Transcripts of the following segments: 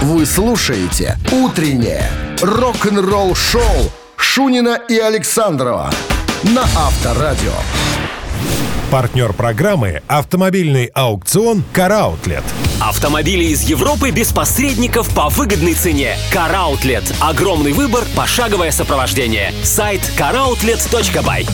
Вы слушаете «Утреннее рок-н-ролл-шоу» Шунина и Александрова на Авторадио. Партнер программы — автомобильный аукцион «Car-Outlet». Автомобили из Европы без посредников по выгодной цене. Car-Outlet. Огромный выбор, пошаговое сопровождение. Сайт caroutlet.by.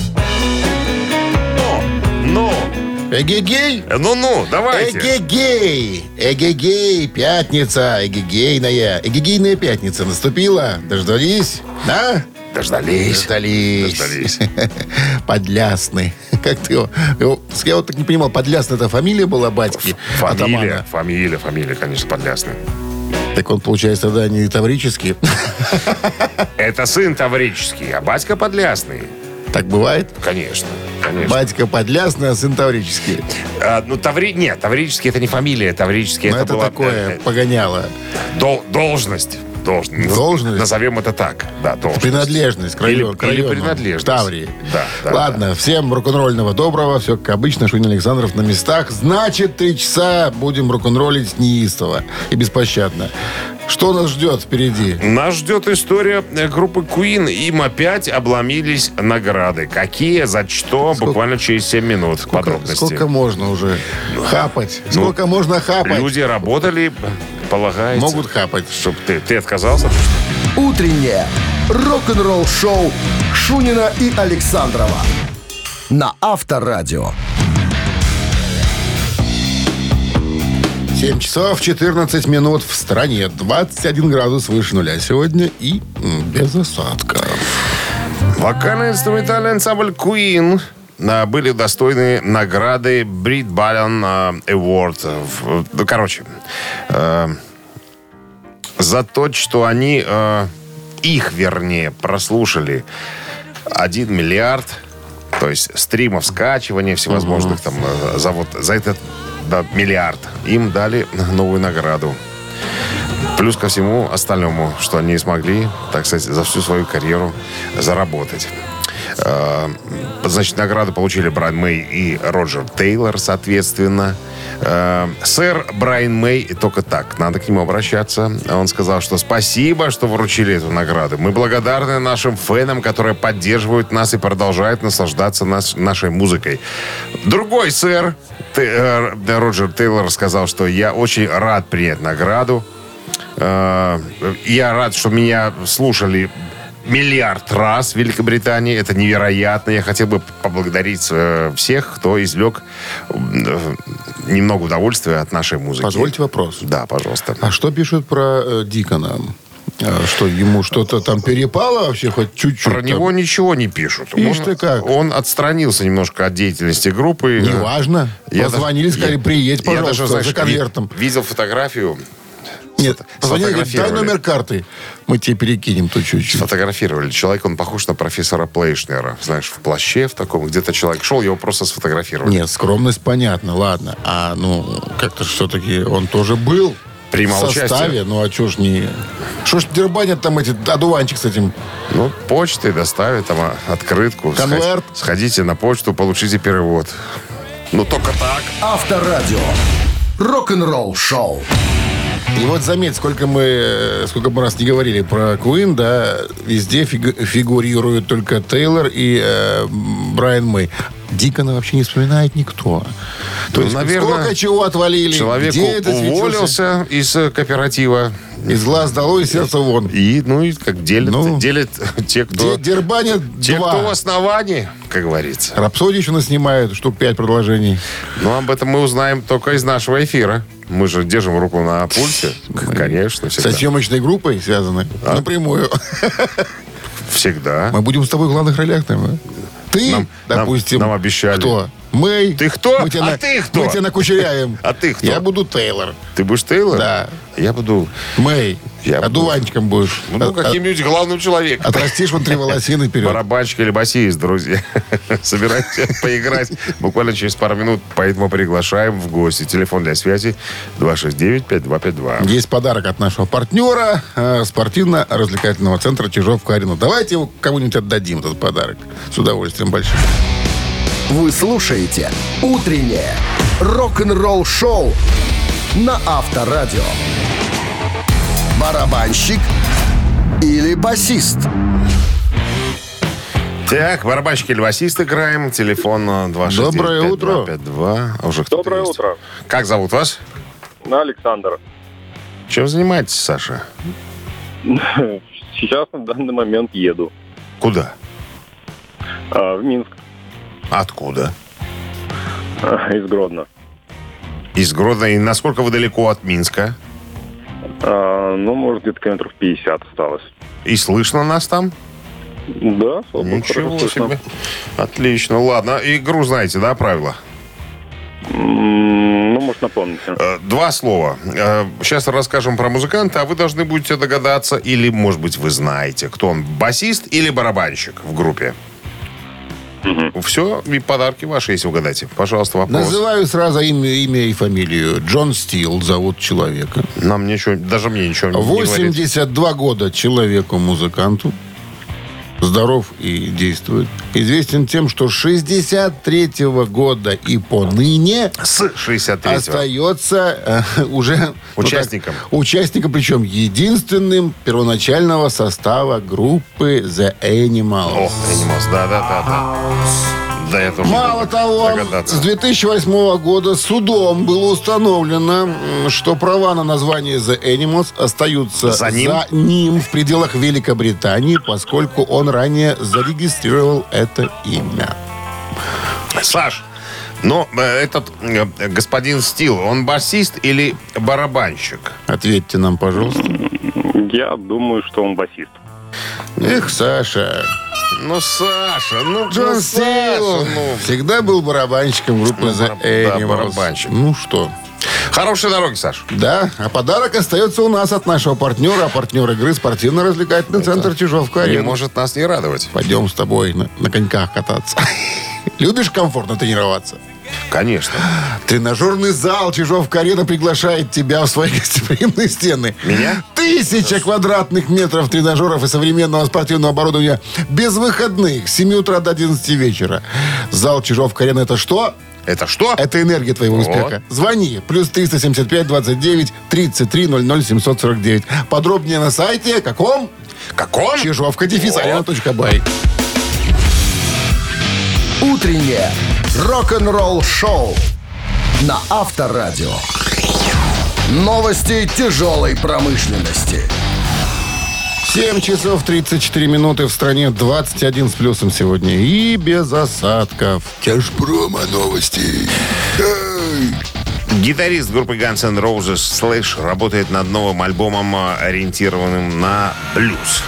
Ну, Эгегей? ну, давайте. Эгегей, пятница, эгегейная пятница наступила. Дождались? Да? Дождались. Подлясный. Как ты его... Я вот так не понимал, Подлясный — это фамилия была батьки? Фамилия, конечно, Подлясный. Так он, получается, тогда не таврический? Это сын таврический, а батька Подлясный. Так бывает? Конечно. Батька Подлясный, а сын таврический. Нет, таврический — это не фамилия, таврический — это была... такое погоняло. Должность. Должность? Назовем это так. Да, должность. Принадлежность к району. Или принадлежность. Таврии. Да. Ладно, всем рок-н-ролльного доброго. Все как обычно. Шунин Александров на местах. Значит, 3 часа будем рок-н-роллить неистово и беспощадно. Что нас ждет впереди? Нас ждет история группы Queen. Им опять обломились награды. Какие, за что? Буквально через 7 минут. Подробности. Сколько можно уже хапать? Сколько можно хапать? Люди работали, полагается. Могут хапать. Чтоб ты отказался? «Утреннее рок-н-ролл-шоу» Шунина и Александрова на Авторадио. 7 часов 14 минут в стране. 21 градус выше нуля сегодня и без осадков. Вокально-инструментальный ансамбль Queen были достойны награды Brit Ballon Award. Короче, за то, что они прослушали 1 миллиард, то есть стримов, скачивания всевозможных там за этот миллиард им дали новую награду. Плюс ко всему остальному, что они смогли, так сказать, за всю свою карьеру заработать. Значит, награду получили Брайан Мэй и Роджер Тейлор, соответственно. Сэр Брайан Мэй, только так, надо к нему обращаться. Он сказал, что спасибо, что вручили эту награду. Мы благодарны нашим фэнам, которые поддерживают нас и продолжают наслаждаться нашей музыкой. Другой сэр, Роджер Тейлор, сказал, что я очень рад принять награду. Я рад, что меня слушали миллиард раз в Великобритании. Это невероятно. Я хотел бы поблагодарить всех, кто извлек немного удовольствия от нашей музыки. Позвольте вопрос. Да, пожалуйста. А что пишут про Дикона? Что, ему что-то там перепало вообще хоть чуть-чуть? Про него ничего не пишут. Ишь ты как. Он отстранился немножко от деятельности группы. Неважно. Позвонили, сказали, приедь, пожалуйста, за конвертом. Видел фотографию. Нет, позвонили, говорит, дай номер карты. Мы тебе перекинем тут чуть-чуть. Сфотографировали. Человек, он похож на профессора Плейшнера. Знаешь, в плаще в таком. Где-то человек шел, его просто сфотографировали. Нет, скромность понятно, ладно. А, как-то все-таки он тоже был принимал в составе. участие. А чё ж не... Что ж дербанят там эти одуванчик с этим? Почтой доставят там открытку. Конверт. Сходите на почту, получите перевод. Только так. Авторадио. Рок-н-ролл-шоу. И вот заметь, сколько мы раз не говорили про Queen, да, везде фигурируют только Тейлор и Брайан Мэй. Дикона вообще не вспоминает никто. То есть, наверное, сколько чего отвалили. Человек уволился из кооператива. Из глаз долой, из сердца вон. И как делят те, кто... Дербанят кто в основании, как говорится. Рапсодию еще наснимают, штук 5 продолжений. Об этом мы узнаем только из нашего эфира. Мы же держим руку на пульсе. Конечно, всегда. Со съемочной группой связаны? Напрямую. Всегда. Мы будем с тобой в главных ролях, наверное. Ты, допустим. Нам обещали. Кто? Мэй. Ты кто? Ты кто? Мы тебя накучеряем. А ты кто? Я буду Тейлор. Ты будешь Тейлор? Да. Я буду... Мэй. Одуванчиком будешь. Каким-нибудь главным человеком. Отрастишь 3 волосины вперед. Барабанщик или басист, друзья. Собирайтесь поиграть. Буквально через пару минут, поэтому приглашаем в гости. Телефон для связи 269-5252. Есть подарок от нашего партнера спортивно-развлекательного центра Чижовка-Арена. Давайте его кому-нибудь отдадим, этот подарок. С удовольствием большим. Вы слушаете «Утреннее рок-н-ролл-шоу» на Авторадио. Барабанщик или басист? Так, барабанщик или басист играем. Телефон 269-5252. Доброе утро. Уже кто-то Доброе есть. утро. Как зовут вас? Александр. Чем занимаетесь, Саша? Сейчас на данный момент еду Куда? в Минск Откуда? из Гродно. Из Гродно. И насколько вы далеко от Минска? Может, где-то километров 50 осталось. И слышно нас там? Да, слава богу, Ничего хорошо слышно. себе. Отлично. Ладно. Игру знаете, да, правила? Может, напомните. Два слова. Сейчас расскажем про музыканта, а вы должны будете догадаться, или, может быть, вы знаете, кто он, басист или барабанщик в группе. Все, и подарки ваши, если угадаете. Пожалуйста, вопрос. Называю сразу имя и фамилию. Джон Стил зовут человека. Нам ничего, даже мне ничего не говорит. 82 года человеку-музыканту. Здоров и действует. Известен тем, что с 63-го года и поныне С 63-го. остается уже Участником. Участником, причем единственным первоначального состава группы The Animals. Ох, Animals, да. Да, я тоже Мало мог того, догадаться. с 2008 года судом было установлено, что права на название The Animals остаются За ним? в пределах Великобритании, поскольку он ранее зарегистрировал это имя. Саш, но этот господин Стил, он басист или барабанщик? Ответьте нам, пожалуйста. Я думаю, что он басист. Эх, Саша. Ну, Саша, Джон Саша, Стил всегда был барабанщиком группы The Да, Animals. барабанщик. Ну что? Хорошей дороги, Саш. Да, а подарок остается у нас от нашего партнера. А партнер игры спортивно-развлекательный центр Не Чижовка-Арена. может нас не радовать. Пойдем с тобой на коньках кататься. Любишь комфортно тренироваться? Конечно. Тренажерный зал Чижовка-Арена приглашает тебя в свои гостеприимные стены. Меня? 1000 квадратных метров тренажеров и современного спортивного оборудования без выходных с 7 утра до 11 вечера. Зал Чижовка-Арена — это что? Это что? Это энергия твоего успеха. Звони. Плюс 375 29 33 00 749. Подробнее на сайте каком? Каком? Чижовка-арена.бай. Утреннее рок-н-ролл-шоу на Авторадио. Новости тяжелой промышленности. 7 часов 34 минуты в стране, 21 с плюсом сегодня. И без осадков. Тяжпрома новости. Гитарист группы Guns N' Roses Slash работает над новым альбомом, ориентированным на блюз.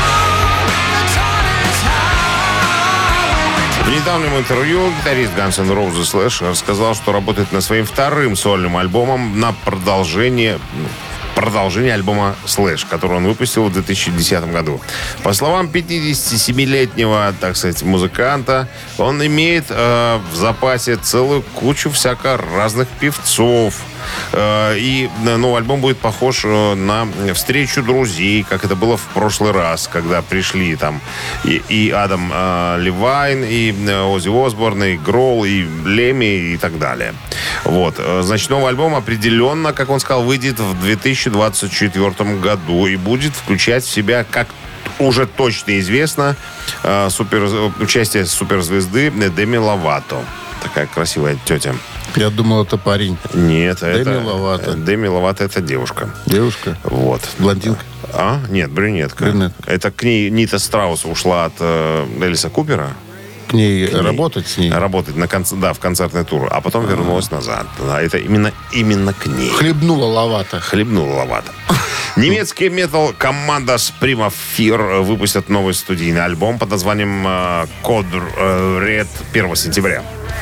В недавнем интервью гитарист Guns N' Roses Slash рассказал, что работает над своим вторым сольным альбомом на продолжение альбома Slash, который он выпустил в 2010 году. По словам 57-летнего, так сказать, музыканта, он имеет в запасе целую кучу всяко разных певцов. И новый альбом будет похож на встречу друзей, как это было в прошлый раз, когда пришли там и Адам Левайн, и Оззи Осборн, и Гролл, и Леми, и так далее. Вот. Значит, новый альбом определенно, как он сказал, выйдет в 2024 году и будет включать в себя, как уже точно известно, участие суперзвезды Деми Ловато. Такая красивая тетя. Я думал, это парень. Нет, это... Деми Ловато. Деми Ловато — это девушка. Девушка? Вот. Блондинка? Нет, брюнетка. Брюнетка. Это к ней Нита Страус ушла от Элиса Купера. К ней работать с ней? Работать в концертный тур. А потом вернулась назад. Да, это именно к ней. Хлебнула Ловато. Немецкий метал-команда Prima Fear выпустят новый студийный альбом под названием Code Red 1 сентября.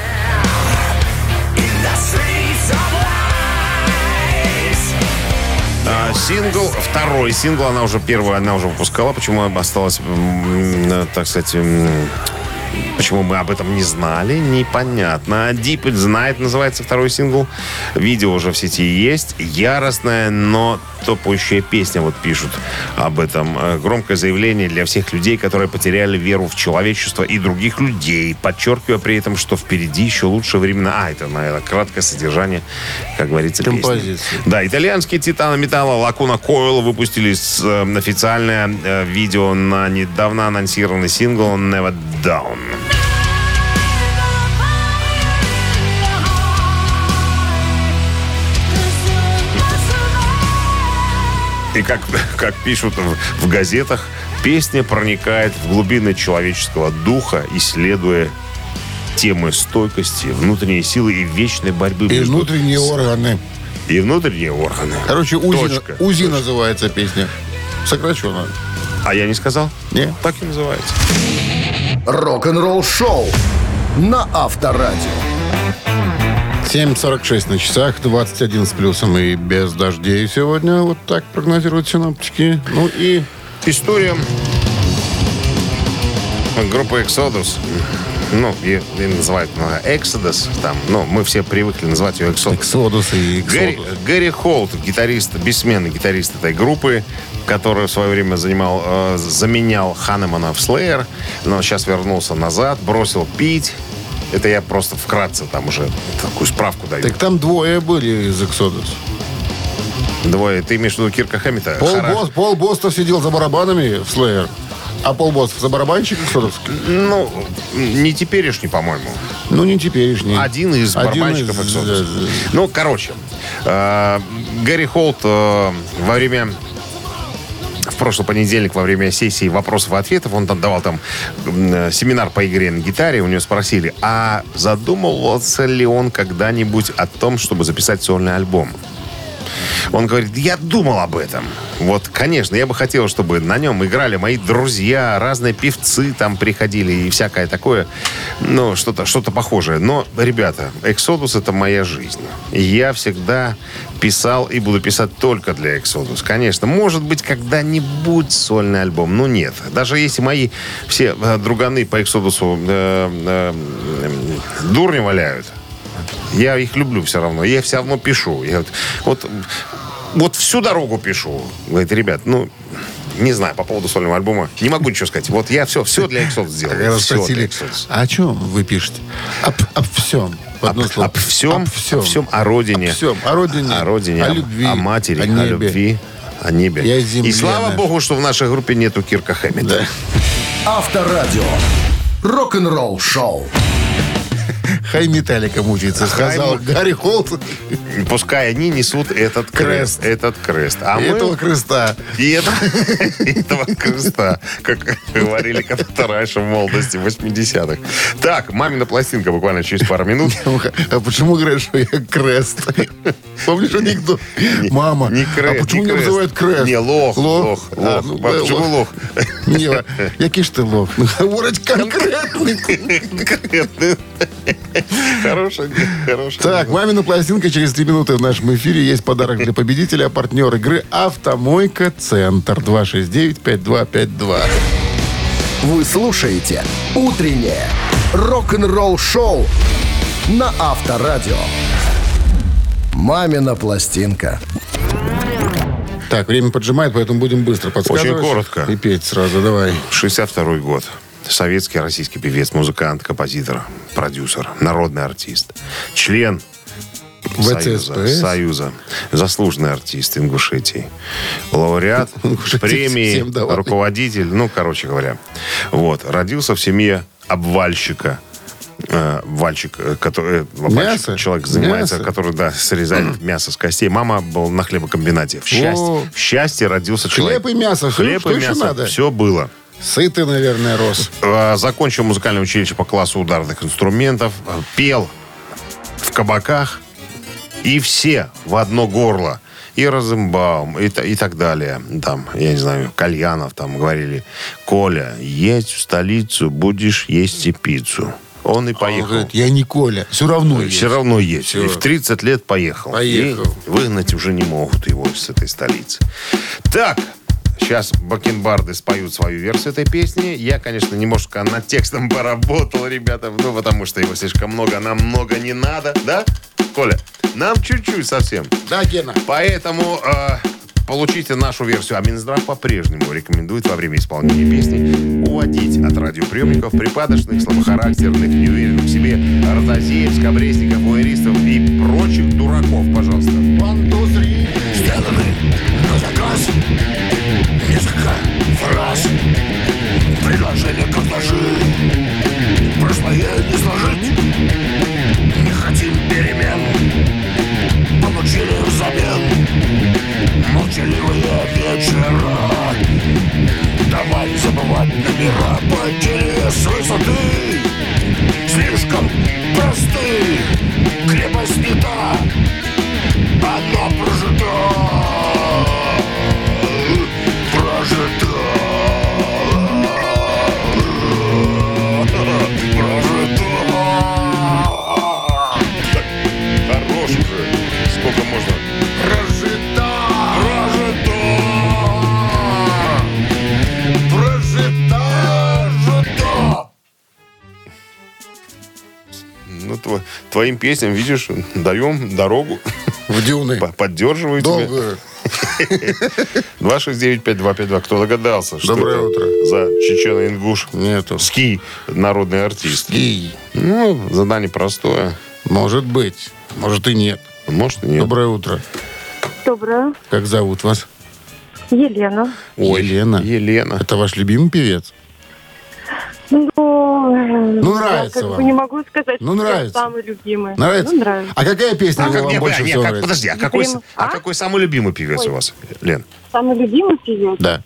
Второй сингл, она уже выпускала. Почему осталось, так сказать, почему мы об этом не знали, непонятно. Deep It Night называется второй сингл. Видео уже в сети есть. Яростное, но топающая песня, вот пишут об этом. Громкое заявление для всех людей, которые потеряли веру в человечество и других людей, подчеркивая при этом, что впереди еще лучшие времена. Это, наверное, краткое содержание, как говорится, песни. Да, итальянские титаны металла Lacuna Coil выпустили официальное видео на недавно анонсированный сингл Never Down. И как пишут в газетах, песня проникает в глубины человеческого духа, исследуя темы стойкости, внутренней силы и вечной борьбы. И внутренние органы. И внутренние органы. Короче, УЗИ называется песня. Сокращенно. А я не сказал? Нет. Так и называется. Рок-н-ролл шоу на Авторадио. 7:46 на часах, 21 с плюсом и без дождей сегодня. Вот так прогнозируют синоптики. Ну и история группы Exodus. Ну, ее называют Exodus. Там, ну, мы все привыкли называть ее Exodus. Exodus и Exodus. Гэри Холт, гитарист, бессменный гитарист этой группы, который в свое время заменял Ханемана в Slayer, но сейчас вернулся назад, бросил пить. Это я просто вкратце там уже такую справку даю. Так там двое были из Exodus. Двое. Ты имеешь в виду Кирка Хэммета? Пол Бостов сидел за барабанами в Slayer. А Пол Бостов за барабанщик Exodus? Ну, не теперешний, по-моему. Ну, не теперешний. Один из барабанщиков Exodus. Ну, короче. Гэри Холт в прошлый понедельник во время сессии вопросов и ответов, он там давал семинар по игре на гитаре, у него спросили, а задумывался ли он когда-нибудь о том, чтобы записать сольный альбом? Он говорит, я думал об этом. Вот, конечно, я бы хотел, чтобы на нем играли мои друзья, разные певцы там приходили и всякое такое. Ну, что-то похожее. Но, ребята, Exodus — это моя жизнь. И я всегда писал и буду писать только для Exodus. Конечно, может быть, когда-нибудь сольный альбом. Но нет. Даже если мои все друганы по Exodus дурни валяют, я их люблю все равно. Я все равно пишу. Я вот всю дорогу пишу. Говорит, ребят, ну, не знаю, по поводу сольного альбома не могу ничего сказать. Вот я все для Exodus сделал. Когда спросили, а о чем вы пишете? Об всем. Об всем, о родине. О родине, о любви, о матери, о любви, о небе. И слава богу, что в нашей группе нету Кирка Хэммета. Да. Авторадио. Рок-н-ролл шоу. Хай Металлика мучается, сказал Гэри Холт. Пускай они несут этот крест. А этого креста. И этого креста, как говорили когда-то раньше в молодости, в 80-х. Так, мамина пластинка буквально через пару минут. А почему говорят, что я крест? Помнишь анекдот? Мама, а почему меня называют крест? Не, лох. Почему лох? Не, який ж ти лох? Говорить конкретный. Хорошая. Так, мамина пластинка через 3 минуты в нашем эфире. Есть подарок для победителя. Партнер игры «Автомойка Центр». 269-5252. Вы слушаете «Утреннее рок-н-ролл-шоу» на Авторадио. «Мамина пластинка». Так, время поджимает, поэтому будем быстро подсказывать. Очень коротко. И петь сразу, давай. 62-й год. Советский, российский певец, музыкант, композитор, продюсер, народный артист. Член Союза. Заслуженный артист Ингушетии. Лауреат премии, руководитель, короче говоря. Вот. Родился в семье обвальщика. Человек занимается, который, срезает мясо с костей. Мама была на хлебокомбинате. В счастье родился человек. Хлеб и мясо. Хлеб и мясо. Надо? Все было. Сытый, наверное, рос. Закончил музыкальное училище по классу ударных инструментов. Пел в кабаках. И все в одно горло. И Розенбаум, и так далее. Там, я не знаю, Кальянов там говорили: Коля, едь в столицу, будешь есть и пиццу. Он и поехал. Он говорит, я не Коля, все равно едь. Все равно едь. Все. И в 30 лет поехал. И выгнать уже не могут его с этой столицы. Так, сейчас бакенбарды споют свою версию этой песни. Я, конечно, немножко над текстом поработал, ребята, потому что его слишком много, нам много не надо, да, Коля? Нам чуть-чуть совсем. Да, Гена. Поэтому получите нашу версию. А Минздрав по-прежнему рекомендует во время исполнения песни уводить от радиоприемников припадочных, слабохарактерных, неуверенных в себе ротозеев, скабрезников, вуэристов и прочих дураков. Пожалуйста. Сделаны на заказ. Несколько фраз. Предложение как ножи. Прошлое не сложить. Не хотим перемен. Получили взамен молчаливые вечера. Давай забывать номера. Потери с высоты слишком просты. Крепость не та. Оно прожито. Прожито. Хорош уже. Сколько можно? Прожито. Прожито. Ну, твоим песням, видишь, даем дорогу. В дюны. Поддерживаю тебя. Долго. 269-5252. Кто догадался, что Доброе это утро. за чечено-ингуш? Нету. Ски, народный артист. Ски. Ну, задание простое. Может быть. Может и нет. Может, и нет. Доброе утро. Доброе. Как зовут вас? Елена. Ой, Елена. Елена. Это ваш любимый певец? Ну, нравится я вам. Не могу сказать, Ну, что нравится. я самый любимый. Нравится? Ну, нравится. А какая песня вам Нет, больше всего нравится? подожди, а какой самый любимый певец у вас, Лен? Самый любимый певец? Да.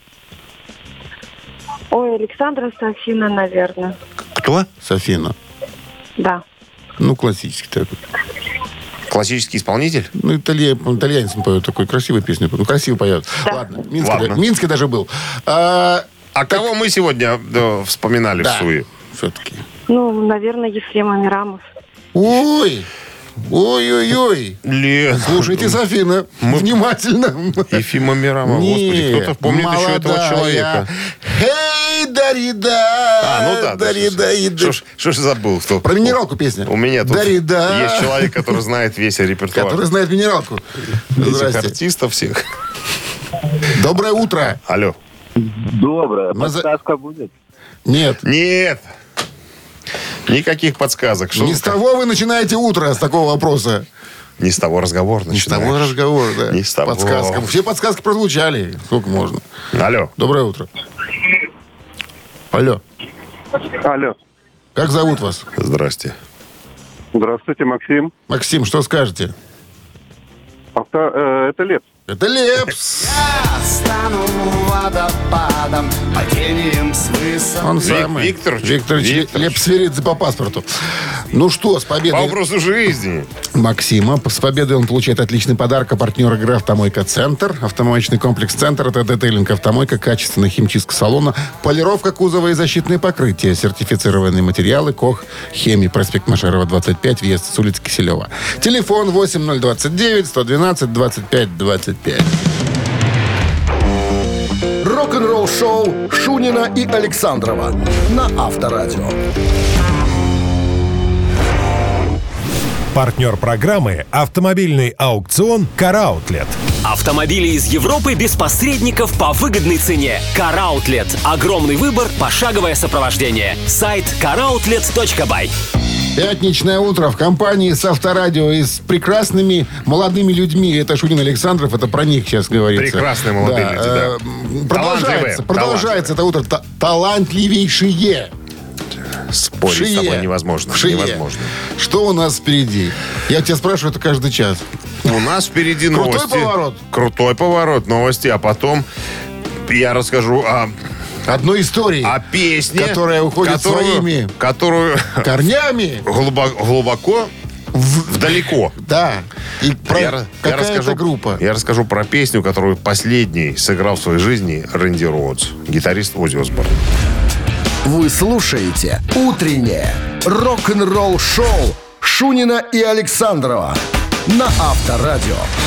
Ой, Александра Софина, наверное. Кто? Софина. Да. Ну, классический такой. Классический исполнитель? Ну, итальянец он поет такой красивую песню. Ну, красиво поет. Да. Ладно. В Ладно. Минске даже был. А кого мы сегодня вспоминали в Суе? Все-таки. Ну, наверное, Ефрем Амирамов. Ой! Ой-ой-ой! Лен. Слушайте, Софина, внимательно. Ефима Мирамова. Господи, кто-то помнит еще этого человека. Эй, Дарида! Ну да, Дарида. что ж забыл? Кто? Про минералку песня. У меня тут Дарида. есть человек, который знает весь репертуар. Который знает минералку. Этих Здрасте. артистов всех. Доброе утро. Алло. Доброе. Подсказка будет? Нет. Нет. Никаких подсказок. Что Не с того вы начинаете утро, с такого вопроса. Не с того разговор Не с того начинаешь. разговор, да. Не с того. Подсказка. Все подсказки прозвучали. Сколько можно? Алло. Доброе утро. Алло. Алло. Как зовут вас? Здрасте. Здравствуйте, Максим. Максим, что скажете? Это Лепс. Это Лепс. Стану водопадом, падением с высоты. Он самый. Викторович. Лепс Сверидзе по паспорту. Ну что, с По победой образу жизни. Максима. С победой он получает отличный подарок. А партнер игры «Автомойка Центр». Автомоечный комплекс «Центр» — это детейлинг «Автомойка», качественная химчистка салона, полировка кузова и защитные покрытия, сертифицированные материалы «Кох Хемии». Проспект Машерова, 25, въезд с улицы Киселева. Телефон 8029-112-25-25. Рок-н-ролл-шоу Шунина и Александрова на Авторадио. Партнер программы «Автомобильный аукцион «Караутлет». Автомобили из Европы без посредников по выгодной цене. Караутлет. Огромный выбор, пошаговое сопровождение. Сайт caroutlet.by. Пятничное утро в компании с Авторадио и с прекрасными молодыми людьми. Это Шунин Александров, это про них сейчас говорится. Прекрасные молодые люди, да. Продолжается это утро. Талантливейшие. Спорить с тобой невозможно. Невозможно. Что у нас впереди? Я тебя спрашиваю это каждый час. У нас впереди новости. Крутой поворот. Крутой поворот, новости. А потом я расскажу Одной истории, о песне, которая уходит своими корнями глубоко вдалеко. Да. И какая это группа? Я расскажу про песню, которую последний сыграл в своей жизни Рэнди Роудс, гитарист Оззи Осборн. Вы слушаете «Утреннее рок-н-ролл-шоу» Шунина и Александрова на Авторадио.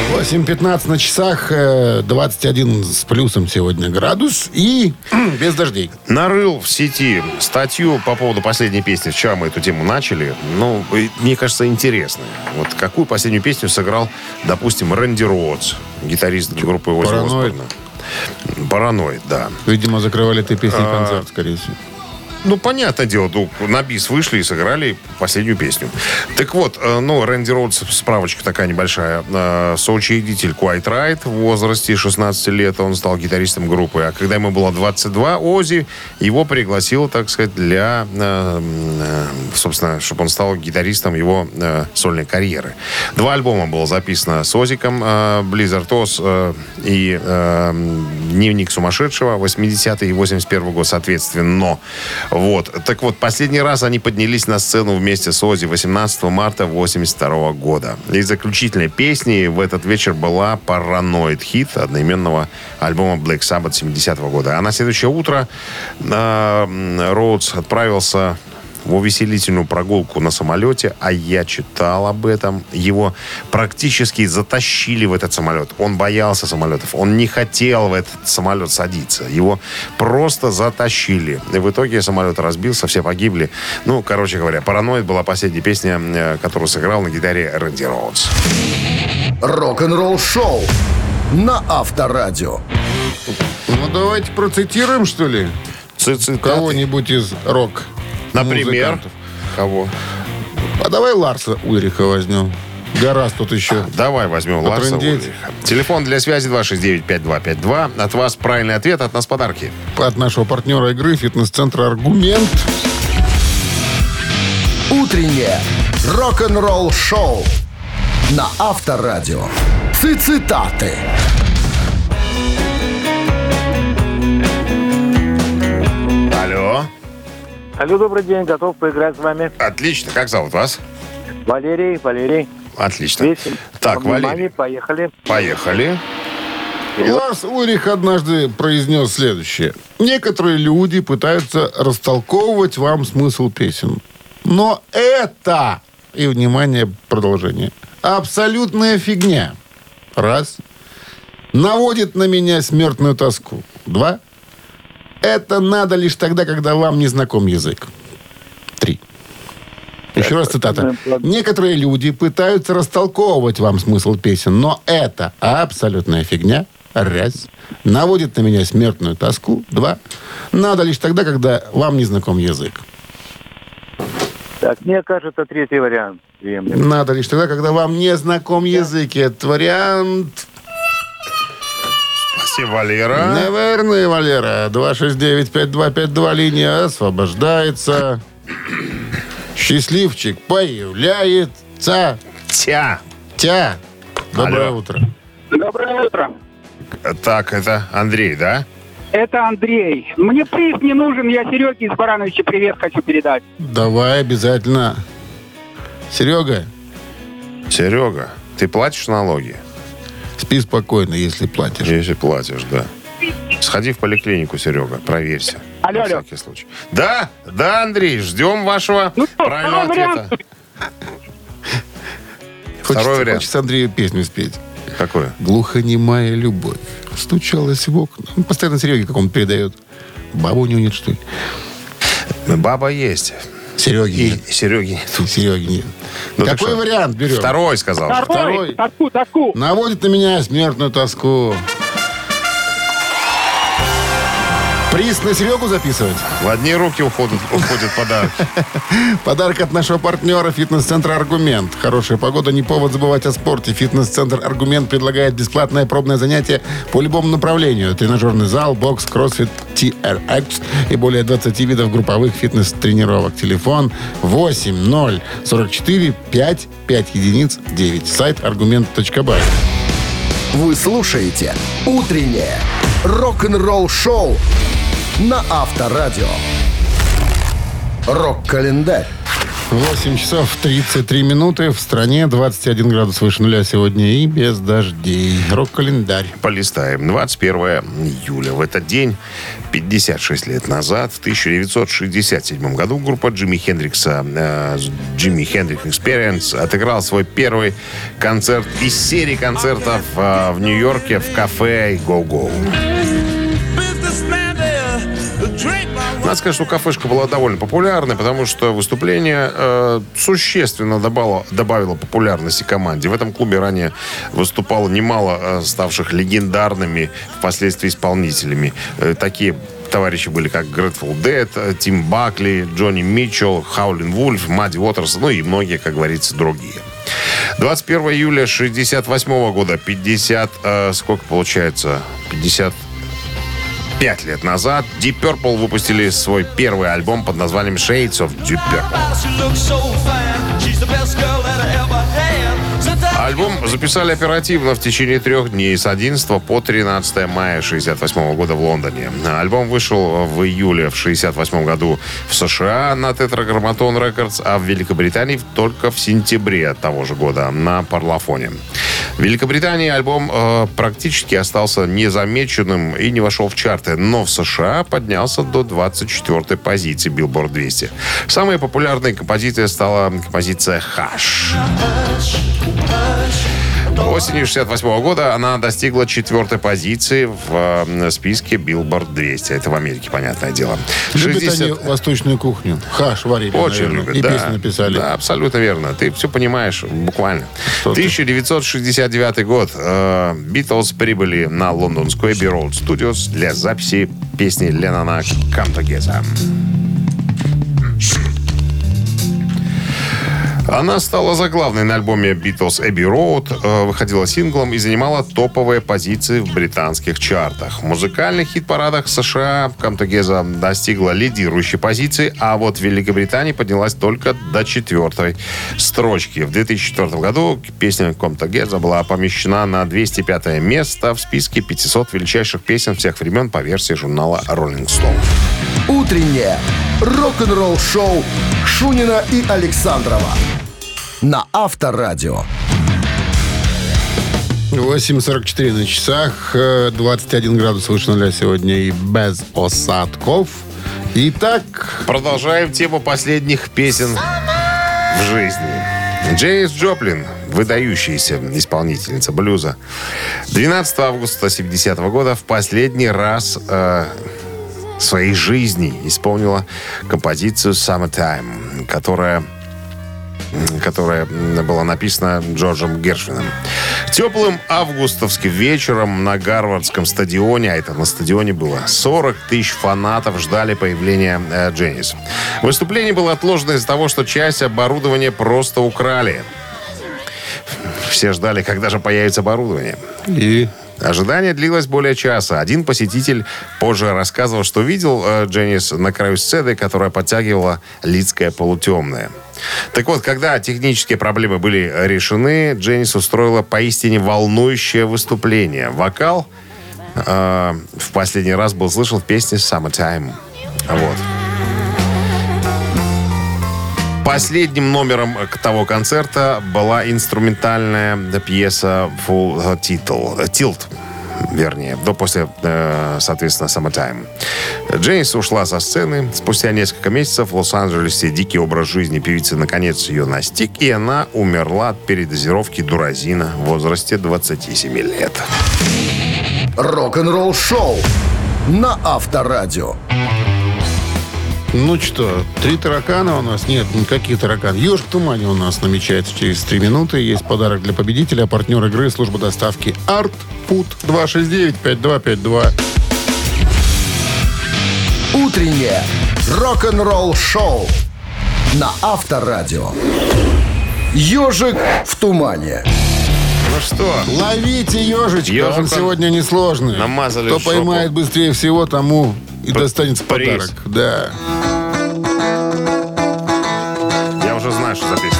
8:15 на часах, 21 с плюсом сегодня градус и без дождей. Нарыл в сети статью по поводу последней песни. Вчера мы эту тему начали. Ну, мне кажется, интересно. Вот какую последнюю песню сыграл, допустим, Рэнди Роудс, гитарист группы Оззи Параноид? Осборна. Параноид, да. Видимо, закрывали этой песней концерт, скорее всего. Ну, понятное дело, на бис вышли и сыграли последнюю песню. Так вот, Рэнди Роудс, справочка такая небольшая, соучредитель Quiet Riot в возрасте 16 лет, он стал гитаристом группы. А когда ему было 22, Оззи его пригласил, так сказать, для, собственно, чтобы он стал гитаристом его сольной карьеры. 2 альбома было записано с Оззиком, Blizzard Oz и Дневник сумасшедшего, 80-й и 81-й год, соответственно. Вот. Так вот, последний раз они поднялись на сцену вместе с Оззи 18 марта 82 года. И заключительной песней в этот вечер была «Параноид», хит одноименного альбома Black Sabbath 70-го года. А на следующее утро Роудс отправился в увеселительную прогулку на самолете, а я читал об этом. Его практически затащили в этот самолет. Он боялся самолетов. Он не хотел в этот самолет садиться. Его просто затащили. И в итоге самолет разбился, все погибли. Ну, короче говоря, «Параноид» была последняя песня, которую сыграл на гитаре Рэнди Роудс. Рок-н-ролл шоу на Авторадио. Ну, давайте процитируем, что ли? Кого-нибудь из рок. Например, музыкантов. Кого? А давай Ларса Ульриха возьмем. Гораздо тут еще. Давай возьмем Ларса потрындеть. Ульриха. Телефон для связи 269-5252. От вас правильный ответ, от нас подарки. От нашего партнера игры фитнес-центра «Аргумент». Утреннее рок-н-ролл шоу на Авторадио. Цитаты. Алло. Алло, добрый день, готов поиграть с вами. Отлично. Как зовут вас? Валерий. Отлично. Весим. Так, Внимание, Валерий. поехали. Поехали. Ларс Ульрих однажды произнес следующее. Некоторые люди пытаются растолковывать вам смысл песен. Но это, и, внимание, продолжение, абсолютная фигня. Раз. Наводит на меня смертную тоску. Два. Это надо лишь тогда, когда вам не знаком язык. 3. Еще раз цитата. Некоторые люди пытаются растолковывать вам смысл песен, но это абсолютная фигня. Раз. Наводит на меня смертную тоску. 2. Надо лишь тогда, когда вам не знаком язык. Так, мне кажется, третий вариант. Надо лишь тогда, когда вам не знаком язык. Этот вариант... Спасибо, Валера. Наверное, Валера. 269-5252. Линия освобождается. Счастливчик появляется. Тя. Доброе Алло. утро. Доброе утро. Так, это Андрей, да? Это Андрей. Мне приз не нужен, я Сереге из Барановича привет хочу передать. Давай обязательно. Серега, ты платишь налоги? спи спокойно, если платишь. Если платишь, да. Сходи в поликлинику, Серега, проверься. Алло. На всякий случай. Да, Андрей, ждем вашего правильного ответа. Второй вариант. Хочется Андрею песню спеть. Какой? Глухонемая любовь стучалась в окна. Он постоянно Сереге какому-то передает. Бабу у него нет, что ли? Баба есть. Сереги нет. Сереги нет. Сереги нет. Ну, так Какой что? вариант берем? Второй сказал. Второй. Тоску. Наводит на меня смертную тоску. Приз на Серегу записывать? В одни руки уходит подарок. Подарок от нашего партнера фитнес-центра «Аргумент». Хорошая погода не повод забывать о спорте. Фитнес-центр «Аргумент» предлагает бесплатное пробное занятие по любому направлению. Тренажерный зал, бокс, кроссфит, TRX и более 20 видов групповых фитнес-тренировок. Телефон 8044 55 единиц 9. Сайт argument.by. Вы слушаете «Утреннее рок-н-ролл-шоу» на Авторадио. Рок-календарь. 8 часов 33 минуты. В стране 21 градус выше нуля сегодня и без дождей. Рок-календарь. Полистаем. 21 июля. В этот день, 56 лет назад, в 1967 году, группа Джимми Хендрикса «Джимми Хендрикс Experience» отыграла свой первый концерт из серии концертов в Нью-Йорке в кафе «Go-Go». Надо сказать, что кафешка была довольно популярной, потому что выступление существенно добавило популярности команде. В этом клубе ранее выступало немало ставших легендарными впоследствии исполнителями. Такие товарищи были, как Grateful Dead, Тим Бакли, Джонни Митчелл, Хаулин Вульф, Мадди Уотерс, ну и многие, как говорится, другие. 21 июля 1968 года, 55 лет назад, Deep Purple выпустили свой первый альбом под названием Shades of Deep Purple. Альбом записали оперативно в течение 3 дней с 11 по 13 мая 1968 года в Лондоне. Альбом вышел в июле в 1968 году в США на Tetragrammaton Records, а в Великобритании только в сентябре того же года на Parlophone. В Великобритании альбом практически остался незамеченным и не вошел в чарты, но в США поднялся до 24-й позиции Billboard 200. Самой популярной композицией стала композиция «Hush». Осенью 1968 года она достигла 4-й позиции в списке Billboard 200. Это в Америке, понятное дело. Любят они восточную кухню. Хаш варили, очень наверное, любят, и да. песни написали. Да, абсолютно верно. Ты все понимаешь, буквально. Что 1969 год. Битлз прибыли на лондонскую Abbey Road Studios для записи песни Леннона «Come Together». Она стала заглавной на альбоме Beatles Abbey Road, выходила синглом и занимала топовые позиции в британских чартах. В музыкальных хит-парадах США Come Together достигла лидирующей позиции, а вот в Великобритании поднялась только до 4-й строчки. В 2004 году песня Come Together была помещена на 205 место в списке 500 величайших песен всех времен по версии журнала Rolling Stone. Утреннее рок-н-ролл-шоу Шунина и Александрова на Авторадио. 8:44 на часах, 21 градус выше нуля сегодня и без осадков. Итак, продолжаем тему последних песен в жизни. Дженнис Джоплин, выдающаяся исполнительница блюза, 12 августа 70-го года в последний раз в своей жизни исполнила композицию «Summertime», которая была написана Джорджем Гершвином. Теплым августовским вечером на Гарвардском стадионе, а это на стадионе было, 40 тысяч фанатов ждали появления Дженнис. Выступление было отложено из-за того, что часть оборудования просто украли. Все ждали, когда же появится оборудование. И ожидание длилось более часа. Один посетитель позже рассказывал, что видел Дженнис на краю сцены, которая подтягивала Лидское полутемное. Так вот, когда технические проблемы были решены, Дженнис устроила поистине волнующее выступление. Вокал в последний раз был слышен в песне «Summertime». Вот. Последним номером того концерта была инструментальная пьеса «Full Tilt», вернее, после, соответственно, «Summertime». Дженнис ушла со сцены. Спустя несколько месяцев в Лос-Анджелесе дикий образ жизни певицы наконец ее настиг, и она умерла от передозировки дуразина в возрасте 27 лет. Рок-н-ролл-шоу на Авторадио. Ну что, 3 таракана у нас? Нет, никаких таракан. «Ежик в тумане» у нас намечается через 3 минуты. Есть подарок для победителя. А партнер игры — служба доставки «Арт Пут». 269-5252. Утреннее рок-н-ролл-шоу на Авторадио. «Ежик в тумане». Ну что? Ловите ежичка. Ежик Он сегодня несложный. намазали Кто в жопу. поймает быстрее всего, тому и достанется приз. подарок. Да. Я уже знаю, что за песня.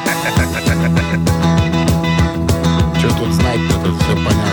Что тут знать-то, тут все понятно.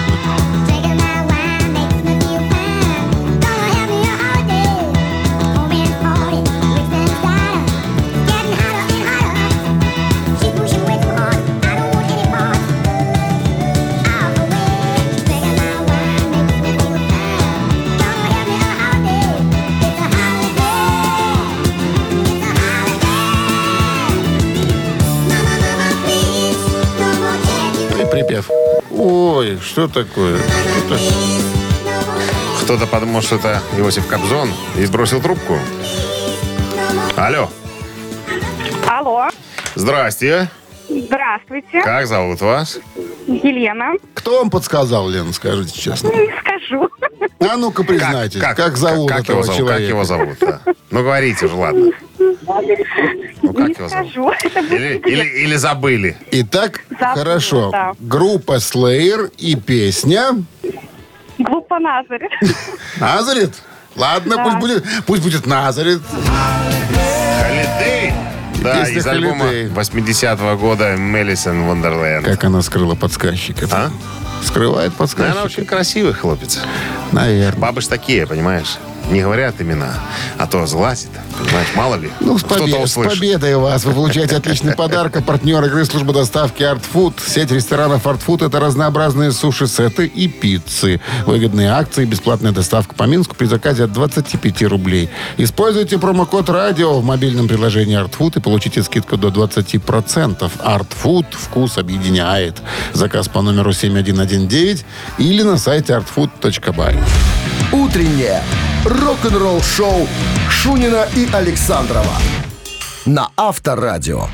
Ой, что такое? Что-то... Кто-то подумал, что это Иосиф Кобзон и сбросил трубку. Алло. Алло. Здрасте. Здравствуйте. Как зовут вас? Елена. Кто вам подсказал, Лена, скажите честно? Не скажу. А ну-ка признайтесь, как зовут этого человека? Как его зовут? Да. Ну, говорите же, ладно. Ну, как Не его зовут? скажу. Это будет секрет. Или забыли? Итак, Забыла, хорошо. да. Группа Slayer и песня... Группа Назарет. Назарет? Ладно, Да. пусть будет Назарет. Холидей. Да, Песня из альбома «Holiday». 80-го года «Мелисон Вондерленд». Как она скрыла подсказчика. А? Скрывает Наверное, подсказчика. очень красивый хлопец. Наверное. Бабы ж такие, понимаешь? Не говорят имена, а то златит. Понимаешь, мало ли. Ну, с кто-то услышит. победой вас. Вы получаете отличный подарок. А партнер игры служба доставки Art Food. Сеть ресторанов Art Food — это разнообразные суши-сеты и пиццы. Выгодные акции, бесплатная доставка по Минску при заказе от 25 рублей. Используйте промокод «Радио» в мобильном приложении Art Food и получите скидку до 20%. Art Food. Вкус объединяет. Заказ по номеру 7119 или на сайте artfood.by. Утреннее рок-н-ролл-шоу Шунина и Александрова на Авторадио.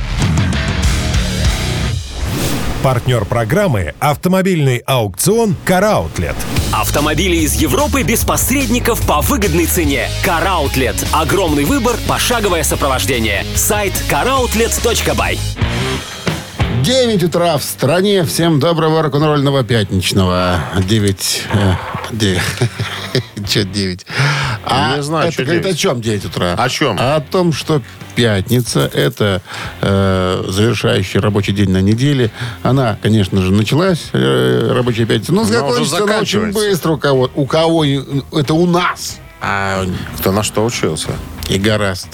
Партнер программы «Автомобильный аукцион «Караутлет». Автомобили из Европы без посредников по выгодной цене. Караутлет. Огромный выбор, пошаговое сопровождение. Сайт caroutlet.by. 9 утра в стране. Всем доброго рок-н-ролльного пятничного. 9... Че 9? Не знаю, это что говорит 9. о чем 9 утра? О чем? О том, что пятница — это завершающий рабочий день на неделе. Она, конечно же, началась, рабочая пятница, но уже закончится она очень заканчивается. быстро у кого. У кого это у нас. А Кто на что учился? и гораст.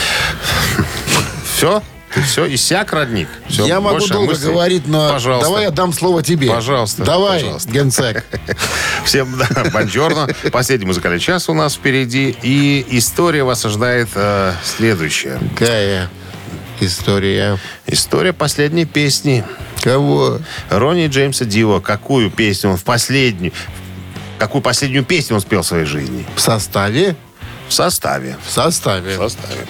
Все? Ты все, иссяк, родник? Всё, Я могу больше долго мыслей? говорить, но Пожалуйста. давай я дам слово тебе. Пожалуйста. Давай, Пожалуйста. генсек. Всем бонжорно. Последний музыкальный час у нас впереди. И история вас ожидает следующая. Какая история? История последней песни. Кого? Ронни Джеймса Дио. Какую песню он Какую последнюю песню он спел в своей жизни? В составе? В составе. В составе. В составе.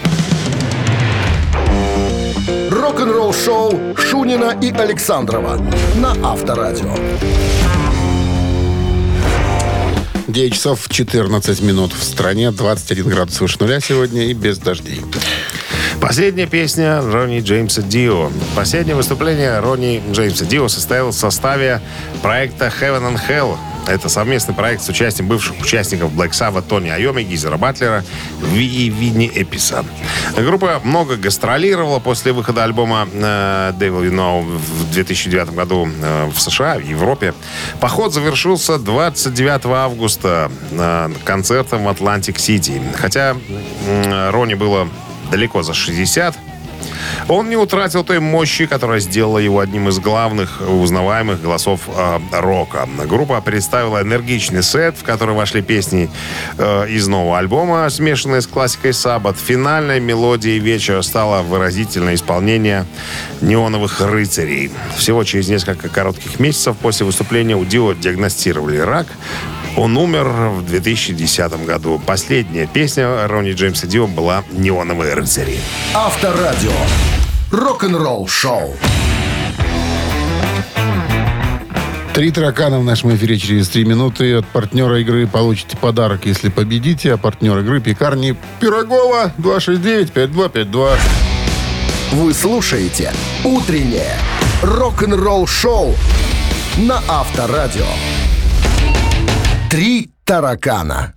Рок-н-ролл-шоу Шунина и Александрова на Авторадио. 9 часов 14 минут в стране, 21 градус выше нуля сегодня и без дождей. Последняя песня Ронни Джеймса Дио. Последнее выступление Ронни Джеймса Дио состоялось в составе проекта Heaven and Hell. Это совместный проект с участием бывших участников Black Sabbath Тони Айоми, Гизера Батлера и Винни Эписа. Группа много гастролировала после выхода альбома Devil You Know в 2009 году в США, в Европе. Поход завершился 29 августа концертом в Атлантик-Сити. Хотя Ронни было далеко за 60, он не утратил той мощи, которая сделала его одним из главных узнаваемых голосов рока. Группа представила энергичный сет, в который вошли песни из нового альбома, смешанные с классикой Sabbath. Финальной мелодией вечера стало выразительное исполнение «Неоновых рыцарей». Всего через несколько коротких месяцев после выступления у Дио диагностировали рак. Он умер в 2010 году. Последняя песня Ронни Джеймса Дио была «Неоновые рыцари». Авторадио. Рок-н-ролл-шоу. 3 таракана в нашем эфире через 3 минуты. От партнера игры получите подарок, если победите. А партнер игры — пекарни Пирогова. 269-5252. Вы слушаете «Утреннее рок-н-ролл-шоу» на Авторадио. 3 таракана.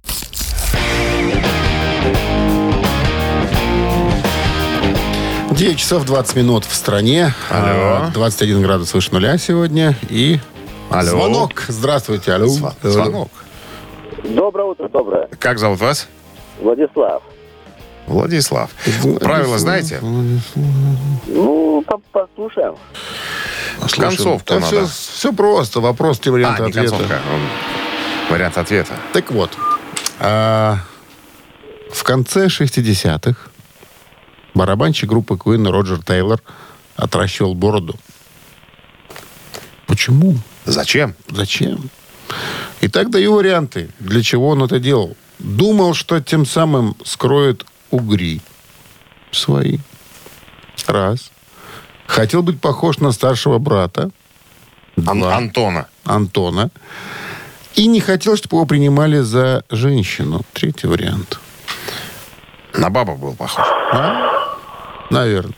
— 9 часов 20 минут в стране. Алло. 21 градус выше нуля сегодня. И Алло. звонок. Здравствуйте, алло. Звонок. Доброе утро, доброе. Как зовут вас? Владислав. Владислав. Правила знаете? Ну, послушаем. Концовку Да надо. все просто. Вопрос, те варианты Не ответа. концовка. Вариант ответа. Так вот. В конце 60-х барабанщик группы Queen Роджер Тейлор отращивал бороду. Почему? Зачем? Зачем? Итак, даю варианты, для чего он это делал. Думал, что тем самым скроет угри свои. Раз. Хотел быть похож на старшего брата. Два. Антона. И не хотел, чтобы его принимали за женщину. Третий вариант. На бабу был похож. Наверное.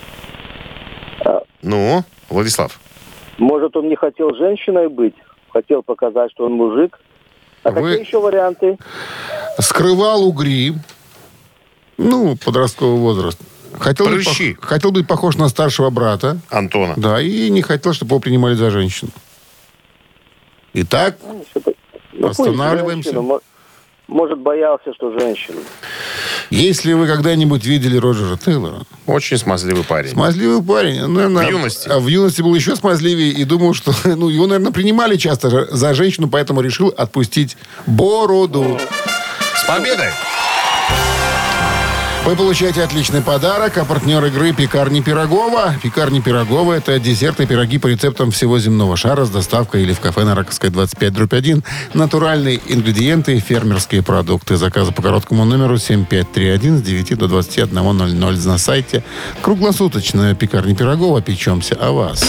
Ну, Владислав. Может, он не хотел женщиной быть? Хотел показать, что он мужик? А какие еще варианты? Скрывал угри. Ну, подростковый возраст. Хотел быть похож на старшего брата. Антона. Да, и не хотел, чтобы его принимали за женщину. Итак, останавливаемся. Может, боялся, что женщина. Если вы когда-нибудь видели Роджера Тейлора... Очень смазливый парень. Смазливый парень. Наверное, в юности. В юности был еще смазливее и думал, что его, наверное, принимали часто за женщину, поэтому решил отпустить бороду. С победой! Вы получаете отличный подарок, а партнер игры «Пекарни Пирогова». «Пекарни Пирогова» — это десерты и пироги по рецептам всего земного шара с доставкой или в кафе на Раковской, 25/1. Натуральные ингредиенты и фермерские продукты. Заказы по короткому номеру 7531 с 9 до 21:00 на сайте. Круглосуточная «Пекарни Пирогова». Печемся о вас.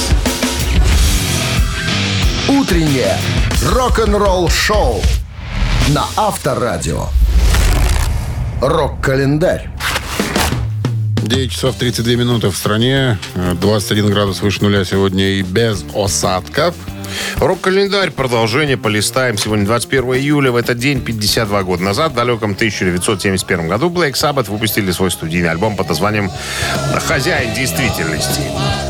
Утреннее рок-н-ролл-шоу на Авторадио. Рок-календарь. 9 часов 32 минуты в стране. 21 градус выше нуля сегодня и без осадков. Рок-календарь. Продолжение полистаем. Сегодня 21 июля. В этот день, 52 года назад, в далеком 1971 году, Black Sabbath выпустили свой студийный альбом под названием «Хозяин действительности».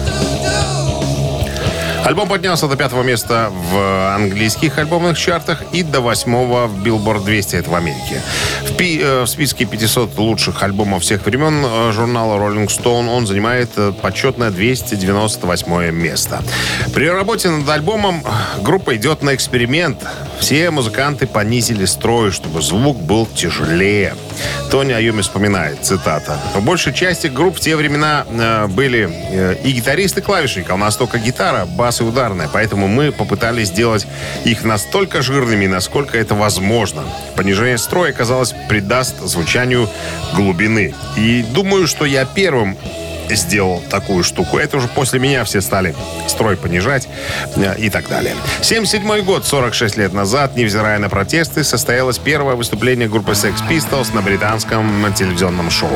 Альбом поднялся до 5-го места в английских альбомных чартах и до 8-го в Billboard 200, это в Америке. В списке 500 лучших альбомов всех времен журнала Rolling Stone он занимает почетное 298-е место. При работе над альбомом группа идет на эксперимент. Все музыканты понизили строй, чтобы звук был тяжелее. Тони Айоми вспоминает, цитата: «В большей части групп в те времена были и гитарист, и клавишник, а у нас только гитара, бас и ударная, поэтому мы попытались сделать их настолько жирными, насколько это возможно. Понижение строя, казалось, придаст звучанию глубины. И думаю, что я первым сделал такую штуку. Это уже после меня все стали строй понижать и так далее». 1977 год, 46 лет назад, невзирая на протесты, состоялось первое выступление группы Sex Pistols на британском телевизионном шоу.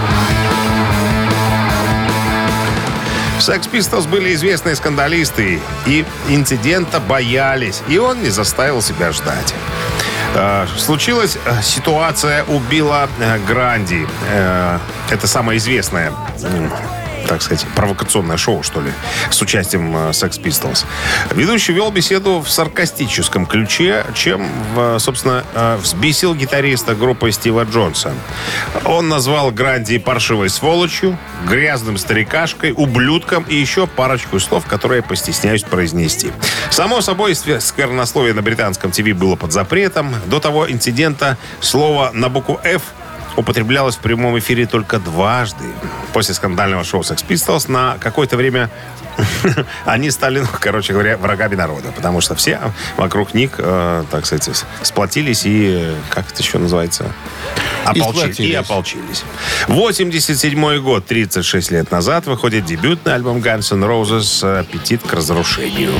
Sex Pistols были известные скандалисты и инцидента боялись, и он не заставил себя ждать. Случилась ситуация у Билла Гранди. Это самое известное, так сказать, провокационное шоу, что ли, с участием Sex Pistols. Ведущий вел беседу в саркастическом ключе, чем, собственно, взбесил гитариста группы Стива Джонса. Он назвал Гранди паршивой сволочью, грязным старикашкой, ублюдком и еще парочку слов, которые я постесняюсь произнести. Само собой, сквернословие на британском ТВ было под запретом. До того инцидента слово на букву «Ф» употреблялось в прямом эфире только дважды. После скандального шоу Sex Pistols на какое-то время они стали, короче говоря, врагами народа, потому что все вокруг них, так сказать, сплотились и, как это еще называется, ополчились. 87 год, 36 лет назад, выходит дебютный альбом Guns N' Roses «Аппетит к разрушению».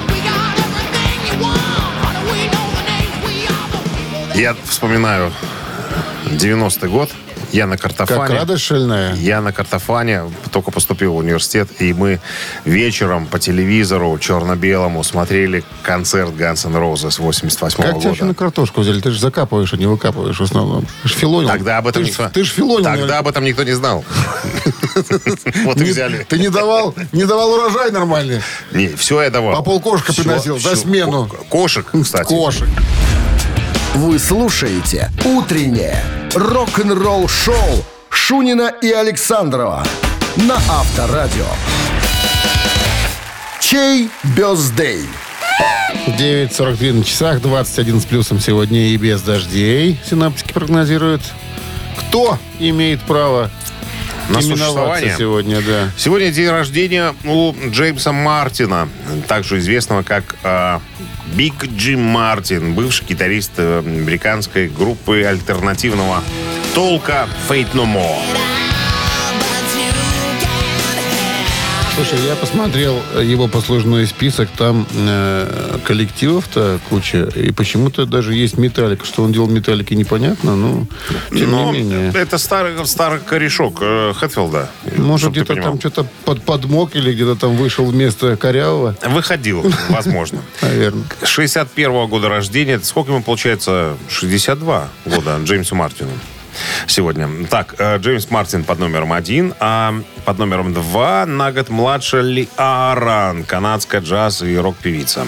Я вспоминаю 90-й год. Я на картофане. Как радость шальная. Я на картофане только поступил в университет, и мы вечером по телевизору черно-белому смотрели концерт Guns N' Roses 88 года. Как тебя вообще на картошку взяли? Ты же закапываешь, а не выкапываешь в основном. Ты же филонил. Тогда об этом ты ж филонил. Тогда об этом никто не знал. Вот и взяли. Ты не давал урожай нормальный? Не, все я давал. По полкошка приносил за смену. Кошек, кстати. Кошек. Вы слушаете «Утреннее рок-н-ролл-шоу» Шунина и Александрова на Авторадио. Чей бёздей? 9:43 на часах, 21 с плюсом сегодня и без дождей. Синаптики прогнозируют. Кто имеет право на Именоваться существование. сегодня, да. Сегодня день рождения у Джеймса Мартина, также известного как Биг Джим Мартин, бывший гитарист американской группы альтернативного толка Faith No More. Слушай, я посмотрел его послужной список, там коллективов-то куча, и почему-то даже есть Металлика. Что он делал в Металлике, непонятно, но тем не менее. Это старый корешок Хэтфилда. Может, где-то там что-то подмог или где-то там вышел вместо Корявого? Выходил, возможно. Наверное. 61-го года рождения. Сколько ему получается? 62 года Джеймсу Мартину сегодня. Так, Джеймс Мартин под номером 1, а под номером 2 на год младше Ли Аарон, канадская джаз- и рок-певица.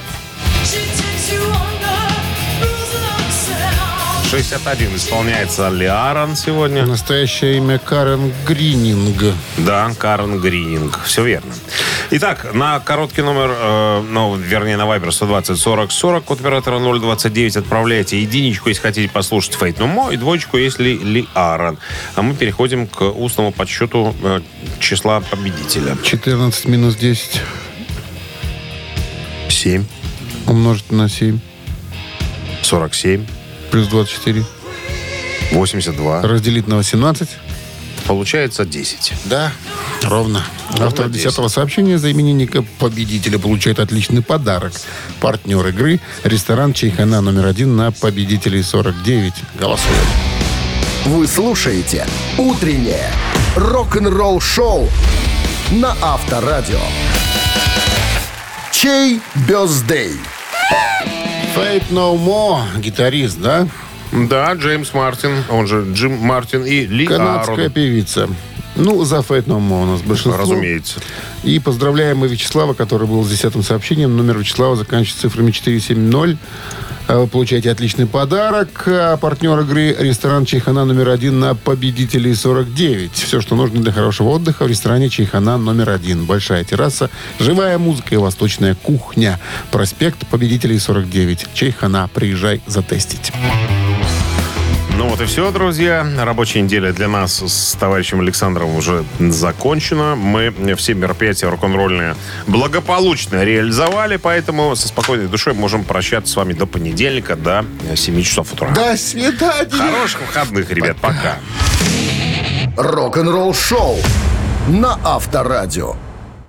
61 исполняется Ли Аарон сегодня. Настоящее имя Карен Грининг. Да, Карен Грининг. Все верно. Итак, на короткий номер, вернее, на Viber 120-40-40, код оператора 029, отправляйте единичку, если хотите послушать Faith No More, и двоечку, если Ли Аарон. А мы переходим к устному подсчету числа победителя. 14 минус 10. 7. Умножить на 7. 47. Плюс 24. 82. Разделить на 18. Получается 10. Да, ровно. Автор 10-го сообщения за именинника победителя получает отличный подарок. Партнер игры – ресторан «Чайхана» номер 1 на победителей 49. Голосуем. Вы слушаете «Утреннее рок-н-ролл-шоу» на Авторадио. Чей бёздей? Faith No More, гитарист, да? Да, Джеймс Мартин, он же Джим Мартин и Ли Канадская Аарон. певица. Ну, за Faith No More у нас большинство. Разумеется. И поздравляем мы Вячеслава, который был с 10-м сообщением. Номер Вячеслава заканчивается цифрами 470. Вы получаете отличный подарок. А партнер игры – ресторан «Чайхана» номер 1 на победителей 49. Все, что нужно для хорошего отдыха в ресторане «Чайхана» номер 1. Большая терраса, живая музыка и восточная кухня. Проспект победителей 49. «Чайхана». Приезжай затестить. Ну вот и все, друзья. Рабочая неделя для нас с товарищем Александром уже закончена. Мы все мероприятия рок-н-ролльные благополучно реализовали, поэтому со спокойной душой можем прощаться с вами до понедельника, до 7 часов утра. До свидания! Хороших выходных, ребят. Пока. Рок-н-ролл-шоу на Авторадио.